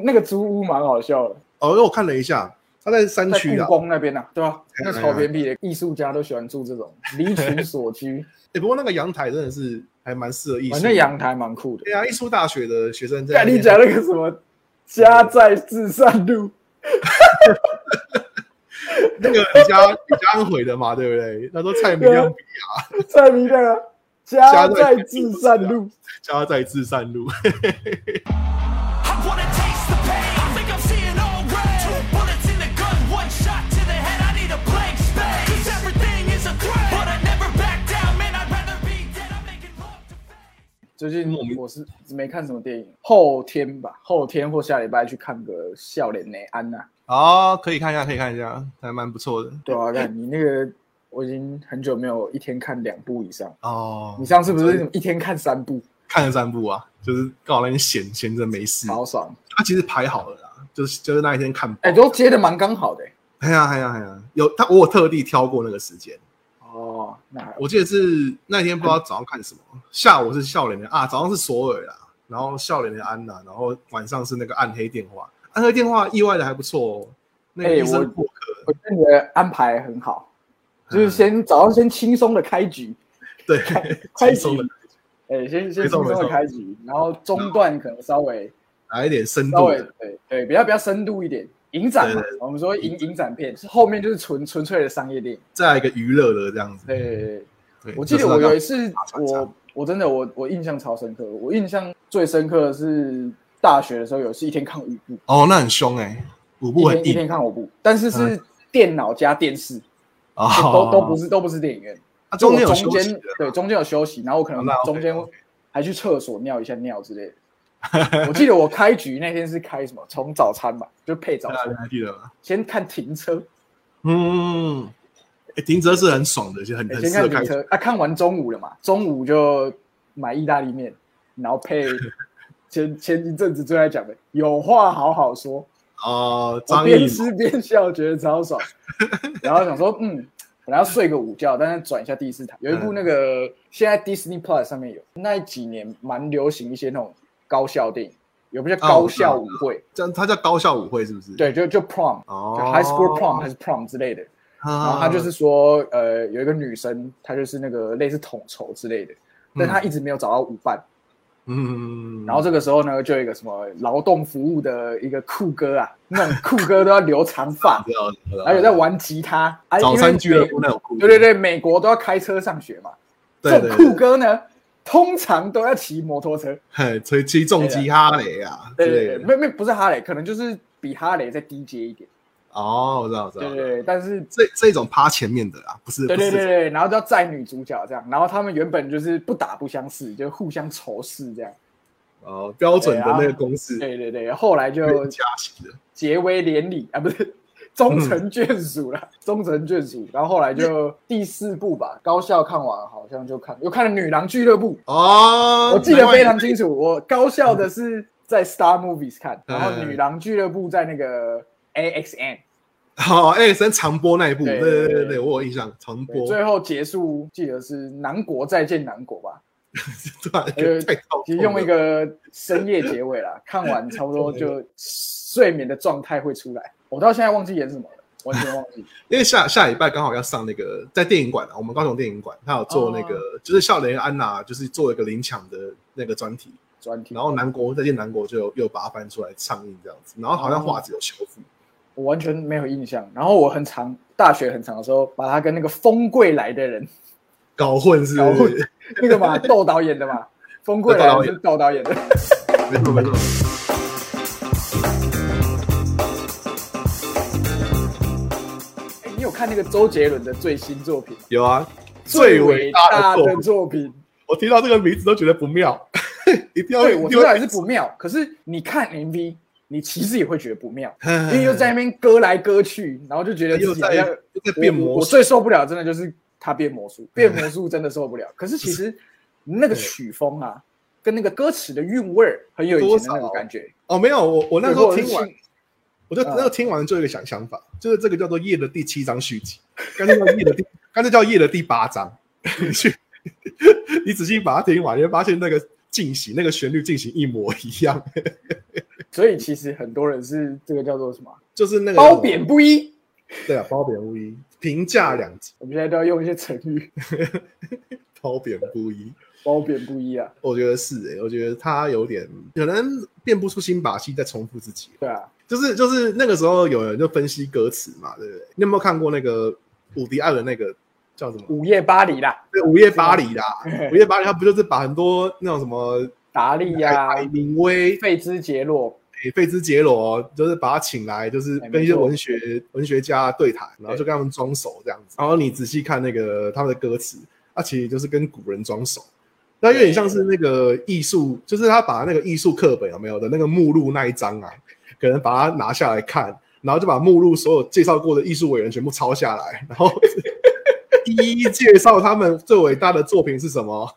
那个租屋蛮好笑的。 因为我看了一下，他在山区在故宫那边啊，对吧？那超偏僻的，艺术家都喜欢住这种离群所居。 不过那个阳台真的是还蛮适合艺术。 那阳台蛮酷的。 对啊，艺术大学的学生在。 你讲那个什么家在至善路， 那个李家安回的嘛，对不对？他说蔡明亮比啊， 蔡明亮啊，家在至善路， 家在至善路。 最近我是没看什么电影，后天或下礼拜去看个《笑脸的安娜》 可以看一下，还蛮不错的。 对啊，看你那个，我已经很久没有一天看2部以上你上次不是一天看3部？看了3部啊，就是刚好那天闲着没事， 好爽。 他其实排好了啦，就是那一天看， 都接的蛮刚好的。 哎呀，我有特地挑过那个时间。我记得是那天不知道早上看什么，下午是笑脸的早上是索尔啦，然后笑脸的安娜，然后晚上是那个暗黑电话。暗黑电话意外的还不错那个医生过客， 我觉得你的安排很好，就是早上先轻松的开局， 对， 开局，先轻松的开局，然后中段可能稍微来一点深度， 对，比较深度一点。影展嘛，我们说影展片，后面就是纯粹的商业电影， 再来一个娱乐的这样子。 对，我记得我有一次，我真的我印象超深刻，我印象最深刻的是大学的时候，有一次一天看5部。 那很凶5部一天看5部，但是是电脑加电视，都不是电影院。 中间有休息， 对，中间有休息，然后我可能中间还去厕所尿一下尿之类的。我记得我开局那天是开什么？从早餐吧，就配早餐。 还记得吗？ 先看停车， 停车是很爽的，就很先看停车。看完中午了嘛，中午就买意大利面，然后配前一阵子最爱讲的有话好好说我边吃边笑，觉得超爽。然后想说，本来要睡个午觉，但是转一下第4台，有一部那个现在 Disney Plus 上面有，那几年蛮流行一些那种高校电影，有不叫高校舞会， 它叫高校舞会是不是？ 对，就 prom，就 high school prom 还是 prom 之类的。然后他就是说，有一个女生，她就是那个类似统筹之类的，但她一直没有找到舞伴。然后这个时候呢，就有一个什么劳动服务的一个酷哥啊，那种酷哥都要留长发，还有在玩吉他， 早餐俱乐部那种酷哥。对，美国都要开车上学嘛，这种酷哥呢，通常都要骑摩托车， 骑重机哈雷啊， 对，没不是哈雷，可能就是比哈雷再低阶一点。 我知道， 对，但是这种趴前面的啦，不是， 对，然后就要载女主角这样，然后他们原本就是不打不相识，就互相仇视这样。 标准的那个公式。 对，后来就结为连理啊，不是终成眷属了，终成眷属。然后后来就第4部吧，高校看完好像又看了《女郎俱乐部》我记得非常清楚。我高校的是在 Star Movies 看，然后《女郎俱乐部》在那个 AXN。AXN 常播那一部，对，我有印象，常播。 最后结束记得是南国再见南国吧。其实用一个深夜结尾啦，看完差不多就睡眠的状态会出来。我到现在忘记演什么了，完全忘记。因为下礼拜刚好要上那个在电影馆我们高雄电影馆，他有做那个就是笑脸安娜，就是做一个林强的那个专题，然后南国再见南国就又把它翻出来上映这样子，然后好像画质有修复。 我完全没有印象。然后我大学很长的时候，把它跟那个风贵来的人搞混是不是？ 那个嘛，窦导演的嘛，风贵来是窦导演的。 没错。 你有看那个周杰伦的最新作品吗？ 有啊，最伟大的作品。 我听到这个名字都觉得不妙，一定要对，我知道也是不妙。可是你看 MV。你其实也会觉得不妙，因为又在那边割来割去，然后就觉得自己好像在变魔术。 我最受不了，真的就是他变魔术，变魔术真的受不了。可是其实那个曲风啊，跟那个歌词的韵味很有以前的那个感觉。 没有，我那时候听完，我就那时候听完就有一个想法，就是这个叫做《夜的第7章续集》，干脆叫《夜的第8章》。你仔细把它听完，你会发现那个进行那个旋律进行一模一样。 所以其实很多人是这个叫做什么？ 就是那个褒贬不一。 对啊，褒贬不一，评价两极。 我们现在都要用一些成语。 褒贬不一， 褒贬不一啊！ 我觉得是我觉得他有点可能变不出新把戏，在重复自己。 对啊， 就是那个时候有人就分析歌词嘛，对不对？你有没有看过那个伍迪·艾伦那个叫什么？ 午夜巴黎啦， 对，午夜巴黎啦，午夜巴黎，他不就是把很多那种什么达利啊、 海明威、 费兹杰罗。 费兹杰罗就是把他请来，就是跟一些文学家对谈，然后就跟他们装熟这样子。然后你仔细看那个他们的歌词，其实就是跟古人装熟。那有点像是那个艺术，就是他把那个艺术课本有没有的那个目录那一章啊，可能把它拿下来看，然后就把目录所有介绍过的艺术伟人全部抄下来，然后一一介绍他们最伟大的作品是什么。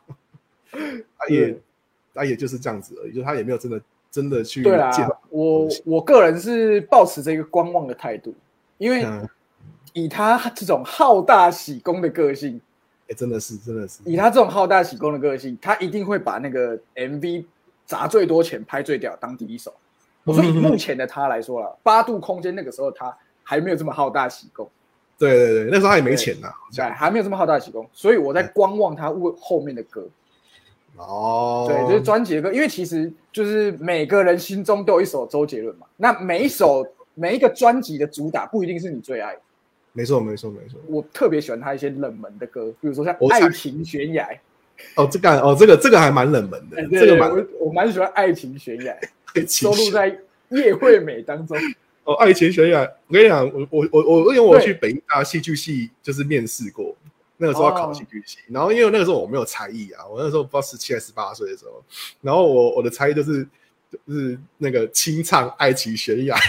也就是这样子而已，就他也没有真的去对啦，我个人是抱持这个观望的态度，因为以他这种好大喜功的个性， 真的是以他这种好大喜功的个性，他一定会把那个 MV 砸最多钱、拍最屌当第一首。我说以目前的他来说啦，8度空间那个时候他还没有这么好大喜功。 对，那时候他也没钱呐， 还没有这么好大喜功，所以我在观望他后面的歌。对，就是专辑的歌，因为其实就是每个人心中都有一首周杰伦嘛。那每一个专辑的主打不一定是你最爱的。 没错。 我特别喜欢他一些冷门的歌，比如说像《爱情悬崖》。 这个还蛮冷门的。这个我蛮喜欢《爱情悬崖》，收录在叶惠美当中。 爱情悬崖，我跟你讲，因为我去北艺大戏剧系就是面试过。那个时候要考戏剧系，然后因为那个时候我没有才艺啊，我那时候不知道17还18岁的时候，然后我的才艺就是那个清唱《爱情悬崖》。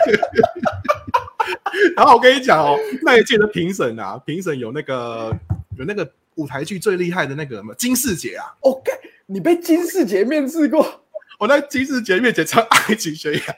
然后我跟你讲那一届的评审有那个舞台剧最厉害的那个金世杰啊。 你被金世杰面试过？ 我在金世杰面前唱《爱情悬崖》。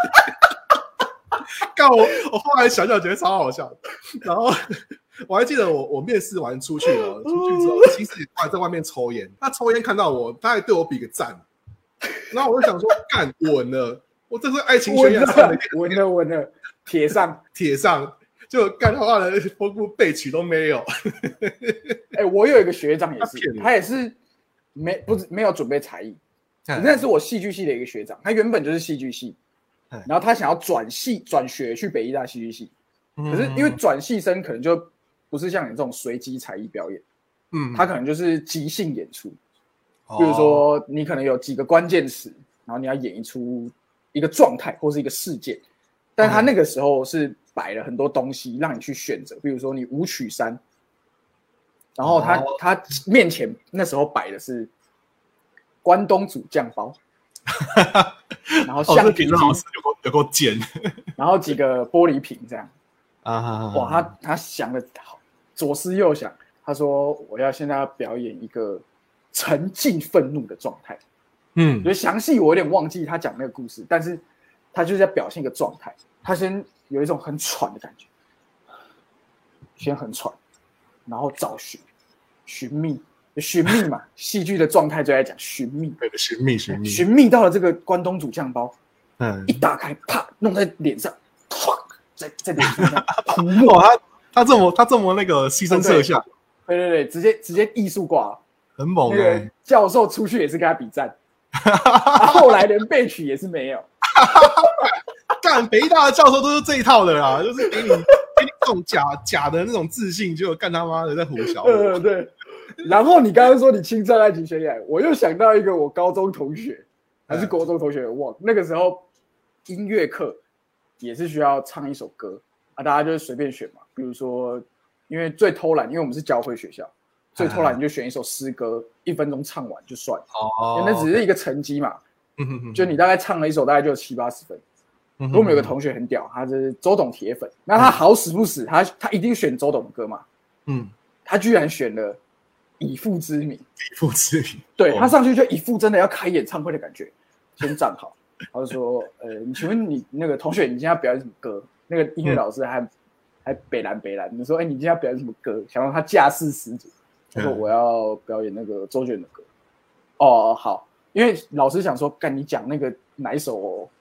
干我后来想想觉得超好笑，然后我还记得我面试完出去之后，其实也在外面抽烟，他抽烟看到我，他还对我比个赞，然后我就想说干稳了，我这是爱情悬崖上的稳了，铁上， 就干他妈的风部背曲都没有。 我有一个学长也是，他也是没有准备才艺，那是我戏剧系的一个学长，他原本就是戏剧系。然后他想要转学去北艺大戏剧系，可是因为转系生可能就不是像你这种随机才艺表演，他可能就是即兴演出，比如说你可能有几个关键词，然后你要演出一个状态或是一个事件，但他那个时候是摆了很多东西让你去选择，比如说你舞曲3，然后他面前那时候摆的是关东煮酱包。然后橡皮筋有够尖， 然后几个玻璃瓶这样哇，他想的好，左思右想，他说我现在要表演一个沉浸愤怒的状态。所以详细我有点忘记他讲那个故事，但是他就是在表现一个状态。他先有一种很喘的感觉，先很喘，然后找寻觅嘛，戏剧的状态就在讲寻觅。寻觅到了这个关东煮酱包，一打开，啪，弄在脸上，在脸上涂抹。 他这么那个牺牲摄像， 对，直接艺术挂， 很猛教授出去也是跟他比赞，后来连备曲也是没有。 干北艺大的教授都是这一套的啦，就是给你这种假的那种自信，就干他妈的在胡小。 对。然后你刚刚说你清唱《爱情悬崖》，我又想到一个我高中同学还是国中同学，我忘了。那个时候音乐课也是需要唱一首歌大家就是随便选嘛。比如说，因为最偷懒，因为我们是教会学校，最偷懒你就选一首诗歌，1分钟唱完就算，因为那只是一个成绩嘛。就你大概唱了一首，大概就70-80分。我们有个同学很屌，他是周董铁粉，那他好死不死，他一定选周董的歌嘛。他居然选了以父之名，对，他上去就一副真的要开演唱会的感觉，先站好，他就说，请问你那个同学，你今天要表演什么歌？那个音乐老师还北蓝，你说，你今天要表演什么歌？想让他架势十足，他说我要表演那个周杰伦的歌。好，因为老师想说，干你讲那个哪一首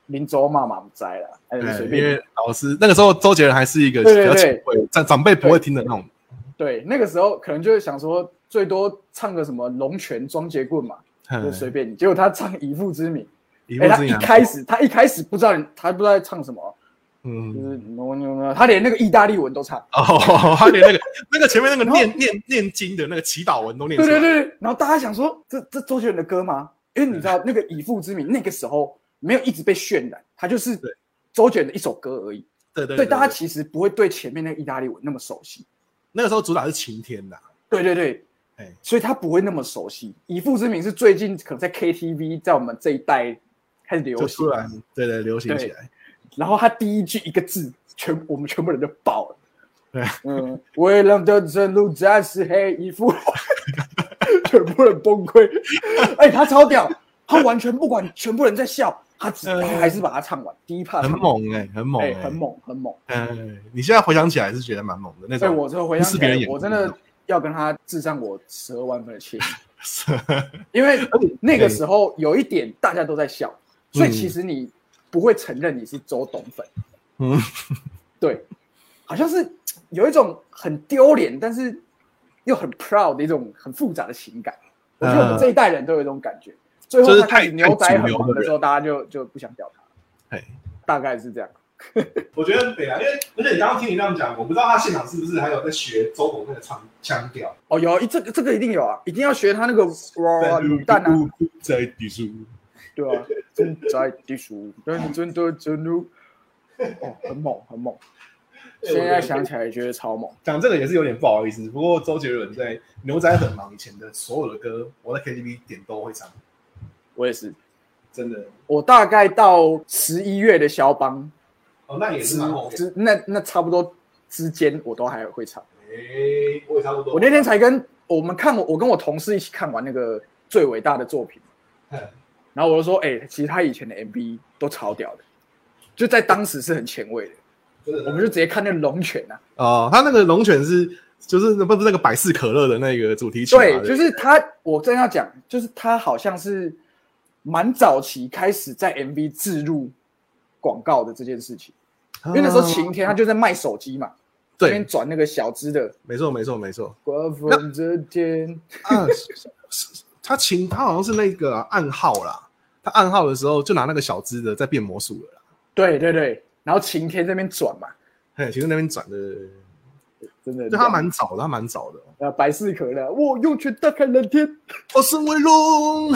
林州嘛不在了，随便。 因为老师那个时候周杰伦还是一个比较前卫，长辈不会听的那种。 对，那个时候可能就是想说最多唱个什么龙泉双节棍嘛，就随便你。结果他唱以父之名，他一开始不知道在唱什么。就是他连那个意大利文都唱他连那个前面那个念经的那个祈祷文都念出来。 对，然后大家想说这周杰伦的歌吗？因为你知道那个以父之名那个时候没有一直被渲染，它就是周杰伦的一首歌而已。对，大家其实不会对前面那个意大利文那么熟悉。 那个时候主打是晴天的， 对，所以他不会那么熟悉。以父之名是最近可能在 KTV 在我们这一代开始流行， 对，流行起来。 然后他第一句一个字，我们全部人就爆了。对，为了的正路再是黑衣服，全部人崩溃。他超屌，他完全不管全部人在笑，他还是把它唱完。第一 part 很猛很猛。你现在回想起来是觉得蛮猛的那种。 对，我这回想起来，我真的要跟他致上我12万分的歉意，因为那个时候有一点大家都在笑，所以其实你不会承认你是周董粉。对，好像是有一种很丢脸，但是又很 proud 的一种很复杂的情感。我觉得我们这一代人都有一种感觉。最后他开始牛仔很忙的时候，大家就不想屌他。大概是这样。 我觉得对啊，因为而且你刚刚听你这样讲，我不知道他现场是不是还有在学周董那个腔调。 有这个一定有啊，一定要学他那个卤蛋啊。 在地书。 对啊，正在地书，认真的正路。很猛。现在想起来觉得超猛。 讲这个也是有点不好意思，不过周杰伦在牛仔很忙以前的所有的歌，我在 KTV 点都会唱。 我也是， 真的。 我大概到11月的肖邦， 那也是蛮猛的。 那差不多之间我都还会唱。 我也差不多。 我那天才跟我跟我同事一起看完那个最伟大的作品，然后我就说，其实他以前的 MV 都超屌的，就在当时是很前卫的。我们就直接看那个龙犬啊。 他那个龙犬就是不是那个百事可乐的那个主题曲。 对，就是他。我正要讲，就是他好像是蛮早期开始在 MV 置入广告的这件事情，因为那时候晴天他就在卖手机嘛，这边转那个小支的。 没错。 刮风这天他好像是那个暗号啦，他暗号的时候就拿那个小支的在变魔术了啦。 对。然后晴天这边转嘛， 晴天那边转的， 真的， 就他蛮早的， 百事可乐，我用拳打开蓝天， 我是威龙。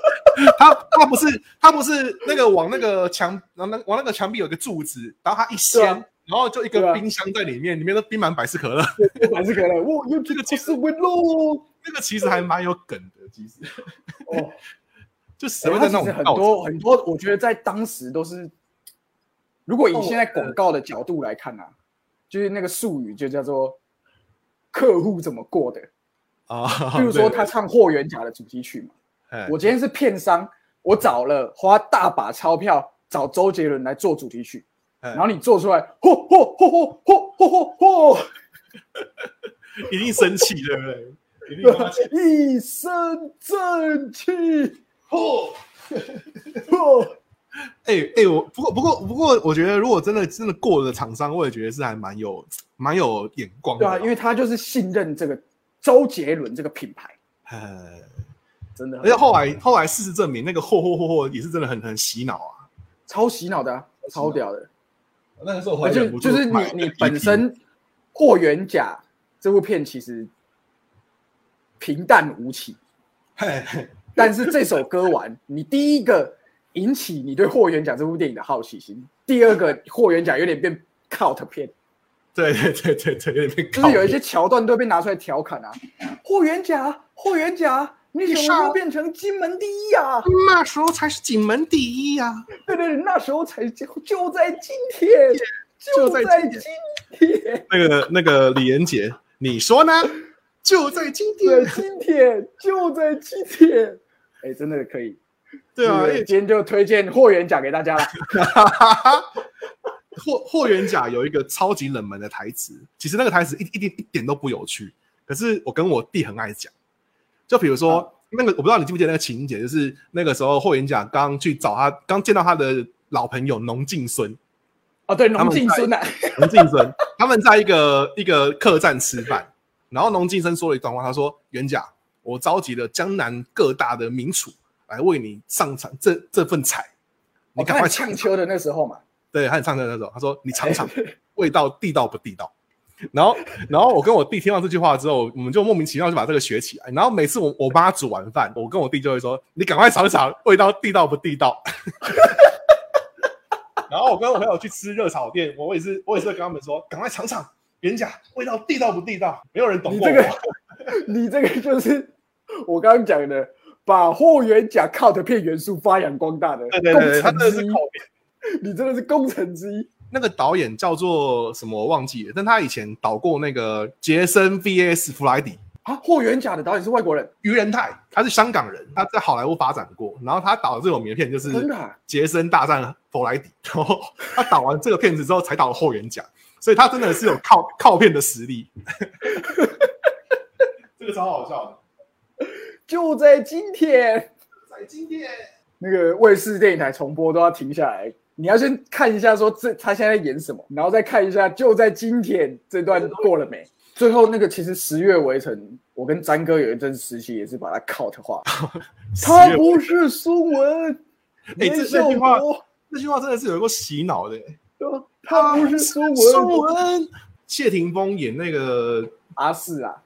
他不是那个往那个墙，往那个墙壁有一个柱子，然后他一掀，然后就一个冰箱在里面都冰满百事可乐。 百事可乐，我用这个我是威龙， 那个其实还蛮有梗的，其实。就什么在那种很多，我觉得在当时都是。如果以现在广告的角度来看啊，就是那个术语就叫做客户怎么过的比如说他唱霍元甲的主题曲嘛，我今天是片商，我花大把钞票找周杰伦来做主题曲，然后你做出来， 一定生气，对不对？一身正气， 不过，我觉得如果真的过了厂商，我也觉得是还蛮有眼光的。 对啊，因为他就是信任这个周杰伦这个品牌，真的。 而且后来事实证明，那个嚯也是真的很洗脑啊， 超洗脑的啊，超屌的。 那个时候就是你本身霍元甲这部片其实平淡无奇，但是这首歌完，你第一个引起你对霍元甲这部电影的好奇心，第二个霍元甲有点变 cult 片， 对，有点变 cult， 就是有一些桥段都被拿出来调侃啊，霍元甲，你怎么又变成金门第一啊？ 那时候才是金门第一呀！ 对，那时候才就在今天，就在今天。 那个李连杰，你说呢？就在今天， 就在今天。真的可以。 对啊， 今天就推荐霍元甲给大家了。 霍元甲有一个超级冷门的台词，其实那个台词一点都不有趣，可是我跟我弟很爱讲。就比如说那个，我不知道你记不记得那个情节，就是那个时候霍元甲刚去找他，刚见到他的老朋友农敬孙。 哦，对，农敬孙啊， 农敬孙，他们在一个客栈吃饭，然后农敬孙说了一段话，他说：“元甲，我召集了江南各大的名厨来为你上场这份菜，你赶快呛秋的那时候嘛。” 对，他很唱的那时候，他说：“你尝尝，味道地道不地道？”然后我跟我弟听到这句话之后，我们就莫名其妙就把这个学起来。然后每次我妈煮完饭，我跟我弟就会说：“你赶快尝尝，味道地道不地道？”然后我跟我朋友去吃热炒店，我也是会跟他们说：“赶快尝尝，元甲味道地道不地道？”没有人懂过我。 你这个就是我刚刚讲的，把霍元甲靠的片元素发扬光大的对，他真的是靠片， 你真的是功臣之一。 那个导演叫做什么我忘记了，但他以前导过那个杰森 VS 弗莱迪。 啊，霍元甲的导演是外国人， 于仁泰，他是香港人，他在好莱坞发展过，然后他导的最有名的片就是《杰森大战弗莱迪》，然后他导完这个片子之后才导了霍元甲，所以他真的是有靠片的实力。这个超好笑的。 就在今天，那个卫视电影台重播都要停下来，你要先看一下说他现在在演什么，然后再看一下就在今天这段过了没。最后那个其实十月围城，我跟詹哥有一阵时期也是把它 cut 化。他不是苏文， 这句话真的是有一个洗脑的。 他不是苏文。谢霆锋演那个阿四啊，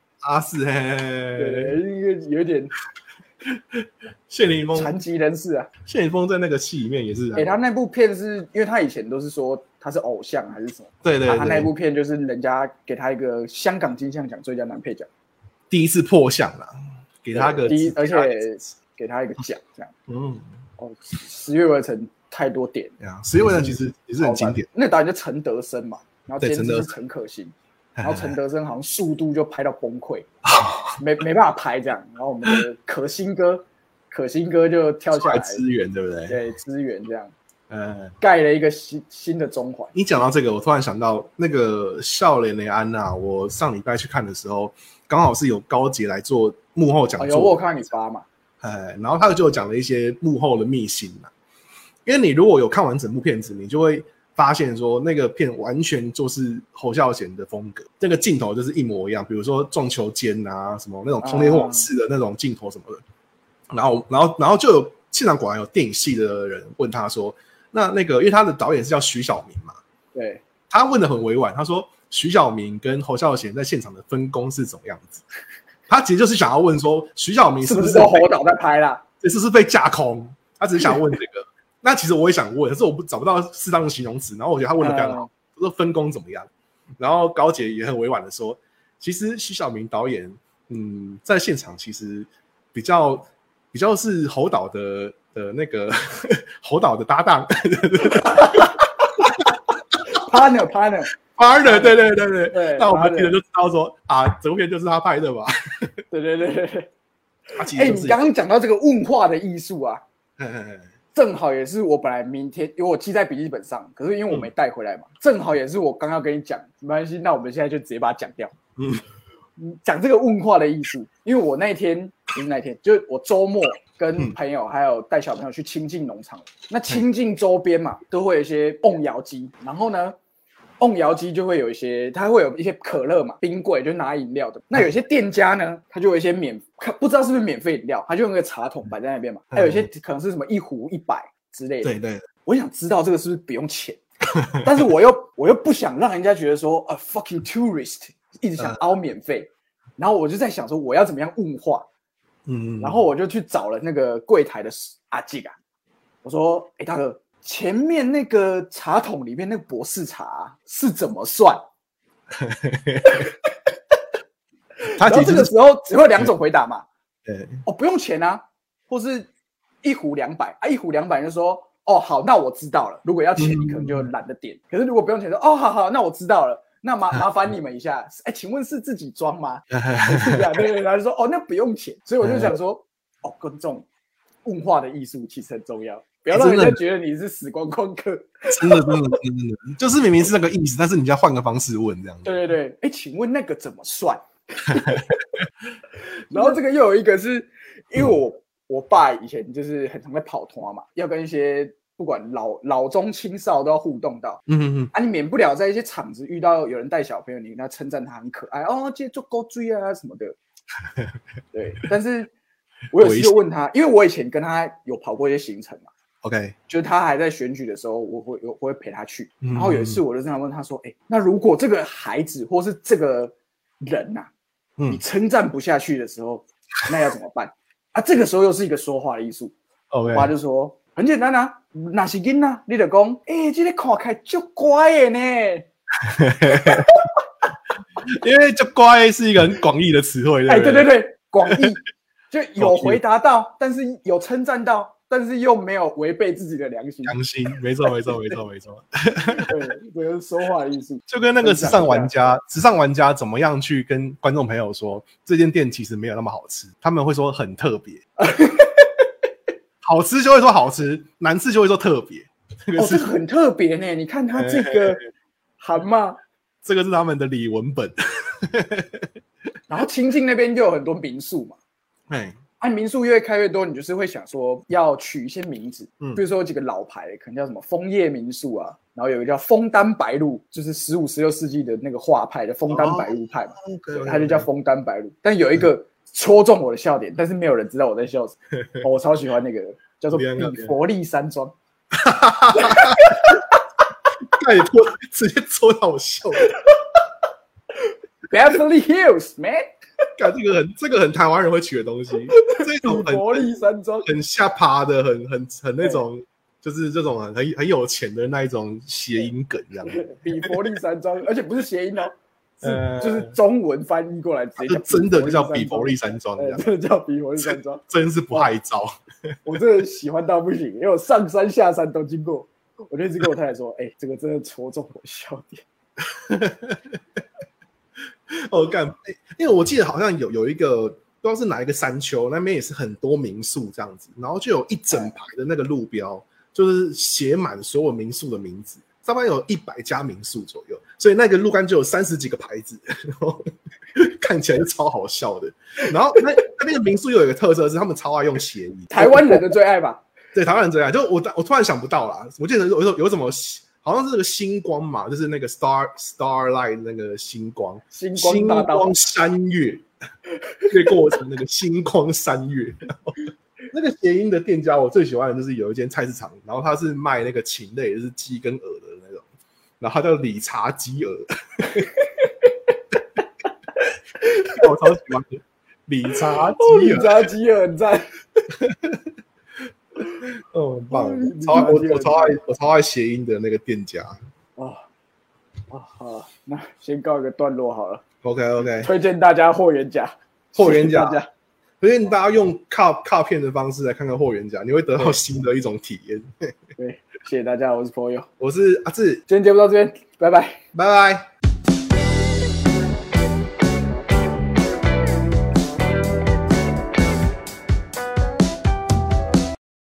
对， 有点谢霆锋残疾人士啊。 谢霆锋在那个戏里面也是， 他那部片是因为他以前都是说他是偶像还是什么， 对， 他那部片就是人家给他一个香港金像奖最佳男配角， 第一次破相啦，给他个而且给他一个奖这样。十月围城太多点十月围城其实也是很经典。 那导演就陈德生嘛，然后监制是陈可辛，然后陈德生好像速度就拍到崩溃，没办法拍这样，然后我们的可辛哥就跳下来支援，对不对？ 对，支援这样。盖了一个新的中环。 你讲到这个，我突然想到那个笑脸雷安娜，我上礼拜去看的时候，刚好是有高捷来做幕后讲座。 有我看你发嘛？ 然后他就讲了一些幕后的秘辛嘛。因为你如果有看完整部片子，你就会发现说那个片完全就是侯孝贤的风格，这个镜头就是一模一样。比如说撞球间啊，什么那种通天往事的那种镜头什么的。然后就有现场果然有电影系的人问他说。那个，因为他的导演是叫徐小明嘛， 对， 他问的很委婉，他说徐小明跟侯孝贤在现场的分工是怎么样子？他其实就是想要问说，徐小明是不是侯导在拍啦？ 是不是被架空？他只是想问这个。那其实我也想问，可是我找不到适当的形容词。然后我觉得他问的非常好，说分工怎么样？然后高捷也很委婉的说，其实徐小明导演，在现场其实比较是侯导的那个侯导的搭档partner， 对，那我们听了就知道说整部片就是他拍的吧？ 对。你刚刚讲到这个问话的艺术啊，正好也是我本来明天，因为我记在笔记本上，可是因为我没带回来嘛，正好也是我刚刚跟你讲，没关系，那我们现在就直接把它讲掉。讲这个问话的艺术，因为我就是我周末跟朋友还有带小朋友去清境农场，那清境周边嘛都会有一些瓮窑机，然后呢瓮窑机就会有一些，它会有一些可乐嘛，冰柜就拿饮料的。那有些店家呢，他就有一些不知道是不是免费饮料，他就用个茶桶摆在那边嘛。还有一些可能是什么1壶100之类的。对，我想知道这个是不是不用钱，但是我又不想让人家觉得说fucking tourist。一直想凹免费，然后我就在想说我要怎么样问话，然后我就去找了那个柜台的阿吉啊，我说大哥，前面那个茶桶里面那个博士茶是怎么算？然后这个时候只会有2种回答嘛，不用钱啊，或是1壶200啊，1壶200就说好，那我知道了，如果要钱你可能就懒得点，可是如果不用钱说好，那我知道了。那麻烦你们一下，请问是自己装吗？对，他就说那不用钱，所以我就想说，观众问话的艺术其实很重要，不要让人家觉得你是死观光客。 真的，就是明明是那个意思，但是你要换个方式问这样子。 对，请问那个怎么算？然后这个又有一个是因为我爸以前就是很常在跑团嘛，要跟一些不管老中青少都要互动到。你免不了在一些场子遇到有人带小朋友，你跟他称赞他很可爱哦，这做狗追啊什么的。对，但是我有一次就问他，因为我以前跟他有跑过一些行程嘛。 OK， 就是他还在选举的时候，我会陪他去。然后有一次我就这样问他说：“那如果这个孩子或是这个人啊，你称赞不下去的时候，那要怎么办？”这个时候又是一个说话的艺术。 OK， 我就说很简单啊，那是囡仔，你就讲，这个看起来就乖的呢。 因为就乖是一个很广义的词汇， 对，广义就有回答到，但是有称赞到。但是又没有违背自己的良心， 没错。对， 这个是说话的艺术， 就跟那个时尚玩家怎么样去跟观众朋友说这间店其实没有那么好吃，他们会说很特别，好吃就会说好吃，难吃就会说特别。 这个很特别呢，你看他这个蛤蟆， 这个是他们的李文本。 然后清境那边就有很多民宿嘛，民宿越开越多，你就是会想说要取一些名字，比如说有几个老牌，可能叫什么枫叶民宿啊，然后有一个叫枫丹白露，就是15、16世纪的那个画派的枫丹白露派嘛，它就叫枫丹白露。但有一个戳中我的笑点，但是没有人知道我在笑什么。我超喜欢那个叫做比佛利山庄， 直接戳到我笑了。 Beverly Hills Man。 这个很台湾人会取的东西，这种很佛利山庄很下趴的，很那种，就是这种很有钱的那一种谐音梗这样子。 比佛利山庄，而且不是谐音哦，就是中文翻译过来直接真的就叫比佛利山庄， 真的叫比佛利山庄， 真是不害臊。 我真的喜欢到不行，因为我上山下山都经过，我就一直跟我太太说，这个真的戳中我笑点。 因为我记得好像有一个不知道是哪一个山丘，那边也是很多民宿这样子，然后就有一整排的那个路标，就是写满所有民宿的名字，大概有100家民宿左右，所以那个路杆就有30几个牌子，然后看起来就超好笑的。然后那边的民宿又有一个特色是他们超爱用谐音， 台湾人的最爱吧？ 对，台湾人最爱。就我突然想不到啦，我记得有什么。好像是那个星光嘛，就是那个 starlight 那个星光山月，可以过成那个星光山月。那个谐音的店家，我最喜欢的就是有一间菜市场，然后他是卖那个禽类，就是鸡跟鹅的那种，然后他叫理查鸡鹅。我超喜欢的理查鸡鹅很赞。 很棒！我超爱谐音的那个店家。 好，那先告一个段落好了。 OK， 推荐大家霍元甲， 推荐大家用卡片的方式来看看霍元甲，你会得到新的一种体验。 对，谢谢大家，我是 Poyo， 我是阿志， 今天节目到这边，拜拜， 拜拜。